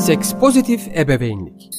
Seks pozitif ebeveynlik.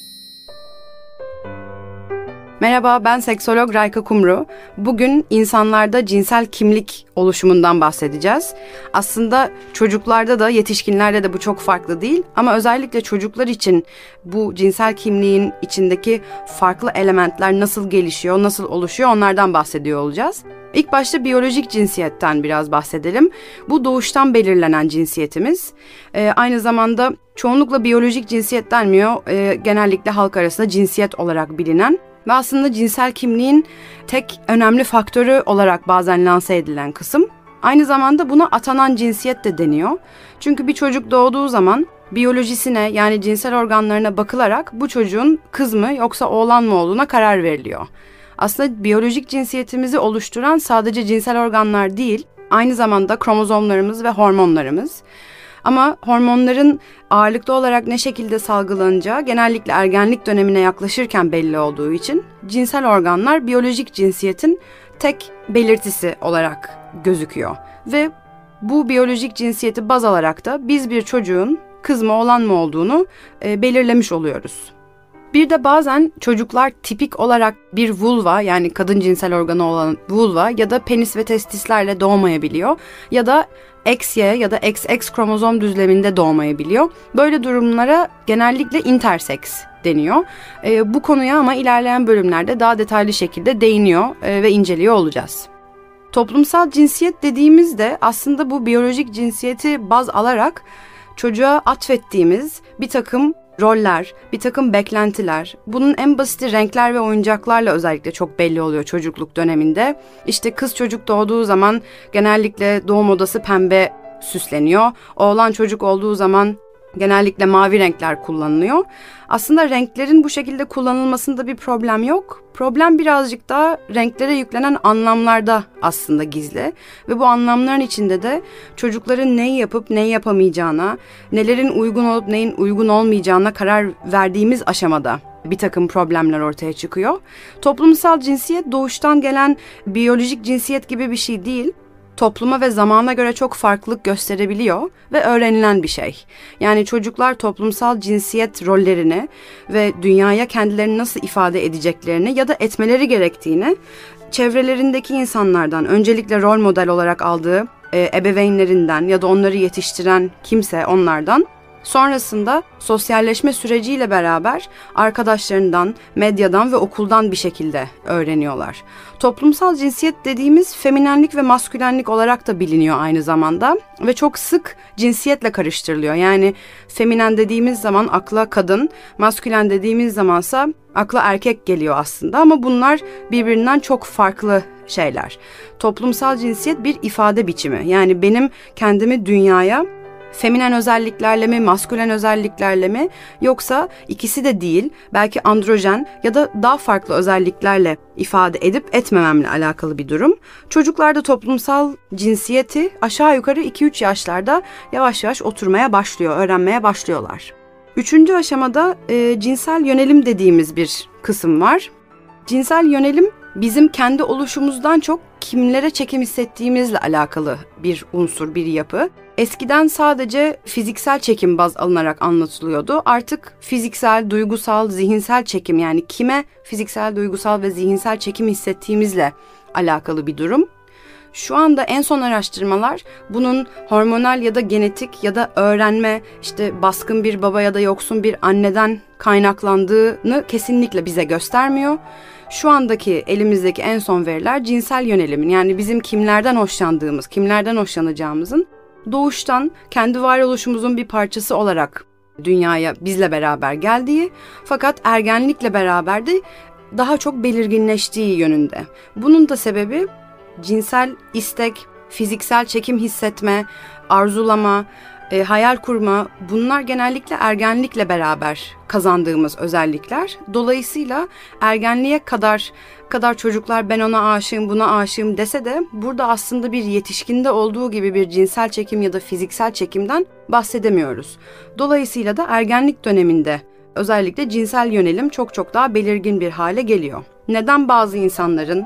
Merhaba, ben seksolog Rayka Kumru. Bugün insanlarda cinsel kimlik oluşumundan bahsedeceğiz. Aslında çocuklarda da yetişkinlerde de bu çok farklı değil. Ama özellikle çocuklar için bu cinsel kimliğin içindeki farklı elementler nasıl gelişiyor, nasıl oluşuyor onlardan bahsediyor olacağız. İlk başta biyolojik cinsiyetten biraz bahsedelim. Bu doğuştan belirlenen cinsiyetimiz. Aynı zamanda çoğunlukla biyolojik cinsiyet denmiyor. Genellikle halk arasında cinsiyet olarak bilinen ve aslında cinsel kimliğin tek önemli faktörü olarak bazen lanse edilen kısım. Aynı zamanda buna atanan cinsiyet de deniyor. Çünkü bir çocuk doğduğu zaman biyolojisine yani cinsel organlarına bakılarak bu çocuğun kız mı yoksa oğlan mı olduğuna karar veriliyor. Aslında biyolojik cinsiyetimizi oluşturan sadece cinsel organlar değil, aynı zamanda kromozomlarımız ve hormonlarımız. Ama hormonların ağırlıklı olarak ne şekilde salgılanacağı genellikle ergenlik dönemine yaklaşırken belli olduğu için cinsel organlar biyolojik cinsiyetin tek belirtisi olarak gözüküyor. Ve bu biyolojik cinsiyeti baz alarak da biz bir çocuğun kız mı oğlan mı olduğunu belirlemiş oluyoruz. Bir de bazen çocuklar tipik olarak bir vulva yani kadın cinsel organı olan vulva ya da penis ve testislerle doğmayabiliyor ya da XY ya da XX kromozom düzleminde doğmayabiliyor. Böyle durumlara genellikle intersex deniyor. Bu konuya ama ilerleyen bölümlerde daha detaylı şekilde değiniyor ve inceliyor olacağız. Toplumsal cinsiyet dediğimizde aslında bu biyolojik cinsiyeti baz alarak çocuğa atfettiğimiz bir takım roller, bir takım beklentiler. Bunun en basiti renkler ve oyuncaklarla özellikle çok belli oluyor çocukluk döneminde. İşte kız çocuk doğduğu zaman genellikle doğum odası pembe süsleniyor. Oğlan çocuk olduğu zaman genellikle mavi renkler kullanılıyor. Aslında renklerin bu şekilde kullanılmasında bir problem yok. Problem birazcık daha renklere yüklenen anlamlarda aslında gizli. Ve bu anlamların içinde de çocukların neyi yapıp neyi yapamayacağına, nelerin uygun olup neyin uygun olmayacağına karar verdiğimiz aşamada bir takım problemler ortaya çıkıyor. Toplumsal cinsiyet doğuştan gelen biyolojik cinsiyet gibi bir şey değil. Topluma ve zamana göre çok farklılık gösterebiliyor ve öğrenilen bir şey. Yani çocuklar toplumsal cinsiyet rollerini ve dünyaya kendilerini nasıl ifade edeceklerini ya da etmeleri gerektiğini çevrelerindeki insanlardan, öncelikle rol model olarak aldığı ebeveynlerinden ya da onları yetiştiren kimse onlardan, sonrasında sosyalleşme süreciyle beraber arkadaşlarından, medyadan ve okuldan bir şekilde öğreniyorlar. Toplumsal cinsiyet dediğimiz feminenlik ve maskülenlik olarak da biliniyor aynı zamanda ve çok sık cinsiyetle karıştırılıyor. Yani feminen dediğimiz zaman akla kadın, maskülen dediğimiz zamansa akla erkek geliyor aslında ama bunlar birbirinden çok farklı şeyler. Toplumsal cinsiyet bir ifade biçimi. Yani benim kendimi dünyaya feminen özelliklerle mi, maskülen özelliklerle mi yoksa ikisi de değil, belki androjen ya da daha farklı özelliklerle ifade edip etmememle alakalı bir durum. Çocuklarda toplumsal cinsiyeti aşağı yukarı 2-3 yaşlarda yavaş yavaş oturmaya başlıyor, öğrenmeye başlıyorlar. 3. aşamada cinsel yönelim dediğimiz bir kısım var. Cinsel yönelim bizim kendi oluşumuzdan çok kimlere çekim hissettiğimizle alakalı bir unsur, bir yapı. Eskiden sadece fiziksel çekim baz alınarak anlatılıyordu. Artık fiziksel, duygusal, zihinsel çekim yani kime fiziksel, duygusal ve zihinsel çekim hissettiğimizle alakalı bir durum. Şu anda en son araştırmalar bunun hormonal ya da genetik ya da öğrenme, işte baskın bir baba ya da yoksun bir anneden kaynaklandığını kesinlikle bize göstermiyor. Şu andaki elimizdeki en son veriler cinsel yönelimin yani bizim kimlerden hoşlandığımız, kimlerden hoşlanacağımızın doğuştan kendi varoluşumuzun bir parçası olarak dünyaya bizle beraber geldiği fakat ergenlikle beraber de daha çok belirginleştiği yönünde. Bunun da sebebi cinsel istek, fiziksel çekim hissetme, arzulama, hayal kurma bunlar genellikle ergenlikle beraber kazandığımız özellikler. Dolayısıyla ergenliğe kadar çocuklar ben ona aşığım, buna aşığım dese de burada aslında bir yetişkinde olduğu gibi bir cinsel çekim ya da fiziksel çekimden bahsedemiyoruz. Dolayısıyla da ergenlik döneminde özellikle cinsel yönelim çok daha belirgin bir hale geliyor. Neden bazı insanların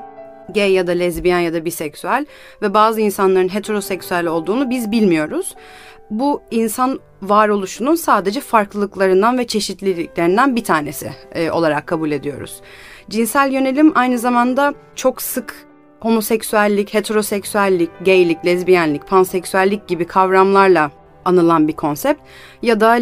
gay ya da lezbiyen ya da biseksüel ve bazı insanların heteroseksüel olduğunu biz bilmiyoruz. Bu insan varoluşunun sadece farklılıklarından ve çeşitliliklerinden bir tanesi olarak kabul ediyoruz. Cinsel yönelim aynı zamanda çok sık homoseksüellik, heteroseksüellik, gaylik, lezbiyenlik, panseksüellik gibi kavramlarla anılan bir konsept ya da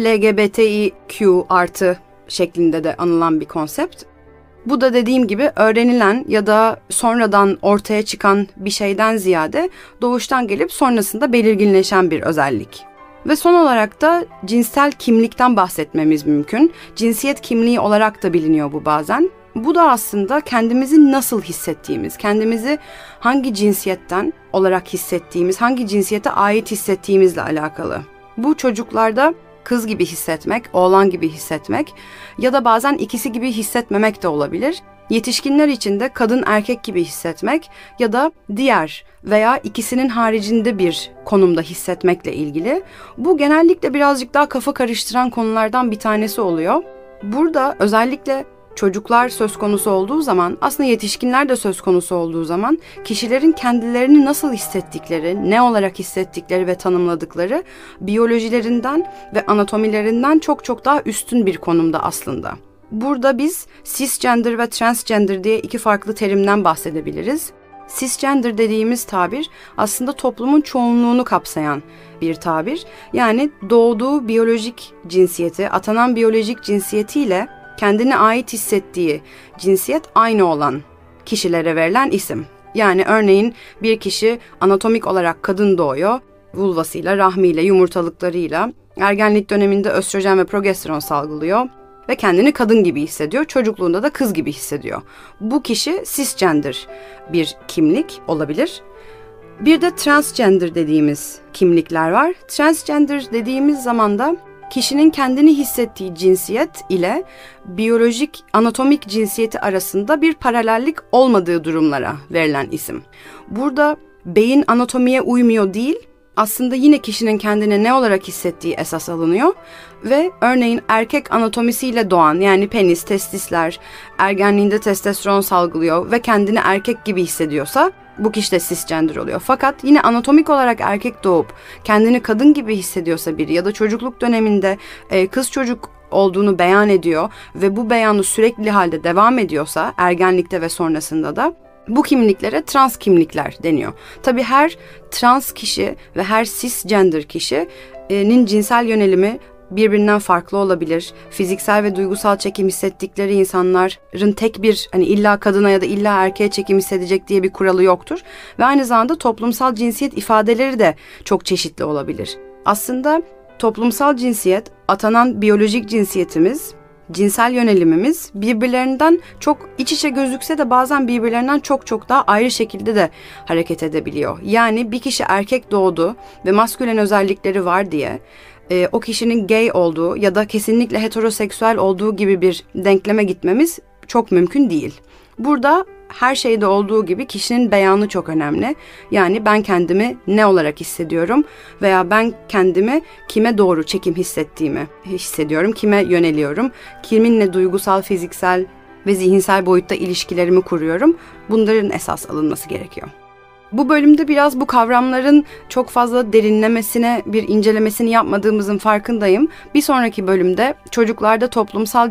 LGBTİQ artı şeklinde de anılan bir konsept. Bu da dediğim gibi öğrenilen ya da sonradan ortaya çıkan bir şeyden ziyade doğuştan gelip sonrasında belirginleşen bir özellik. Ve son olarak da cinsel kimlikten bahsetmemiz mümkün. Cinsiyet kimliği olarak da biliniyor bu bazen. Bu da aslında kendimizi nasıl hissettiğimiz, kendimizi hangi cinsiyetten olarak hissettiğimiz, hangi cinsiyete ait hissettiğimizle alakalı. Bu çocuklarda kız gibi hissetmek, oğlan gibi hissetmek ya da bazen ikisi gibi hissetmemek de olabilir. Yetişkinler için de kadın erkek gibi hissetmek ya da diğer veya ikisinin haricinde bir konumda hissetmekle ilgili. Bu genellikle birazcık daha kafa karıştıran konulardan bir tanesi oluyor. Burada özellikle çocuklar söz konusu olduğu zaman, aslında yetişkinler de söz konusu olduğu zaman kişilerin kendilerini nasıl hissettikleri, ne olarak hissettikleri ve tanımladıkları biyolojilerinden ve anatomilerinden çok çok daha üstün bir konumda aslında. Burada biz cisgender ve transgender diye iki farklı terimden bahsedebiliriz. Cisgender dediğimiz tabir aslında toplumun çoğunluğunu kapsayan bir tabir. Yani doğduğu biyolojik cinsiyeti, atanan biyolojik cinsiyetiyle kendine ait hissettiği cinsiyet aynı olan kişilere verilen isim. Yani örneğin bir kişi anatomik olarak kadın doğuyor, vulvasıyla, rahmiyle, yumurtalıklarıyla, ergenlik döneminde östrojen ve progesteron salgılıyor ve kendini kadın gibi hissediyor, çocukluğunda da kız gibi hissediyor. Bu kişi cisgender bir kimlik olabilir. Bir de transgender dediğimiz kimlikler var. Transgender dediğimiz zaman da kişinin kendini hissettiği cinsiyet ile biyolojik, anatomik cinsiyeti arasında bir paralellik olmadığı durumlara verilen isim. Burada beyin anatomiye uymuyor değil, aslında yine kişinin kendine ne olarak hissettiği esas alınıyor ve örneğin erkek anatomisiyle doğan, yani penis, testisler, ergenliğinde testosteron salgılıyor ve kendini erkek gibi hissediyorsa bu kişi de cisgender oluyor. Fakat yine anatomik olarak erkek doğup kendini kadın gibi hissediyorsa biri ya da çocukluk döneminde kız çocuk olduğunu beyan ediyor ve bu beyanı sürekli halde devam ediyorsa ergenlikte ve sonrasında da bu kimliklere trans kimlikler deniyor. Tabii her trans kişi ve her cisgender kişinin cinsel yönelimi birbirinden farklı olabilir. Fiziksel ve duygusal çekim hissettikleri insanların tek bir illa kadına ya da illa erkeğe çekim hissedecek diye bir kuralı yoktur. Ve aynı zamanda toplumsal cinsiyet ifadeleri de çok çeşitli olabilir. Aslında toplumsal cinsiyet, atanan biyolojik cinsiyetimiz, cinsel yönelimimiz birbirlerinden çok iç içe gözükse de bazen birbirlerinden çok çok daha ayrı şekilde de hareket edebiliyor. Yani bir kişi erkek doğdu ve maskülen özellikleri var diye o kişinin gay olduğu ya da kesinlikle heteroseksüel olduğu gibi bir denkleme gitmemiz çok mümkün değil. Burada her şeyde olduğu gibi kişinin beyanı çok önemli. Yani ben kendimi ne olarak hissediyorum veya ben kendimi kime doğru çekim hissettiğimi hissediyorum, kime yöneliyorum, kiminle duygusal, fiziksel ve zihinsel boyutta ilişkilerimi kuruyorum. Bunların esas alınması gerekiyor. Bu bölümde biraz bu kavramların çok fazla derinlemesine bir incelemesini yapmadığımızın farkındayım. Bir sonraki bölümde çocuklarda toplumsal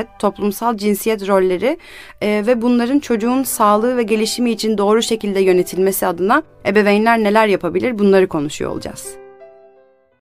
cinsiyet rolleri ve bunların çocuğun sağlığı ve gelişimi için doğru şekilde yönetilmesi adına ebeveynler neler yapabilir bunları konuşuyor olacağız.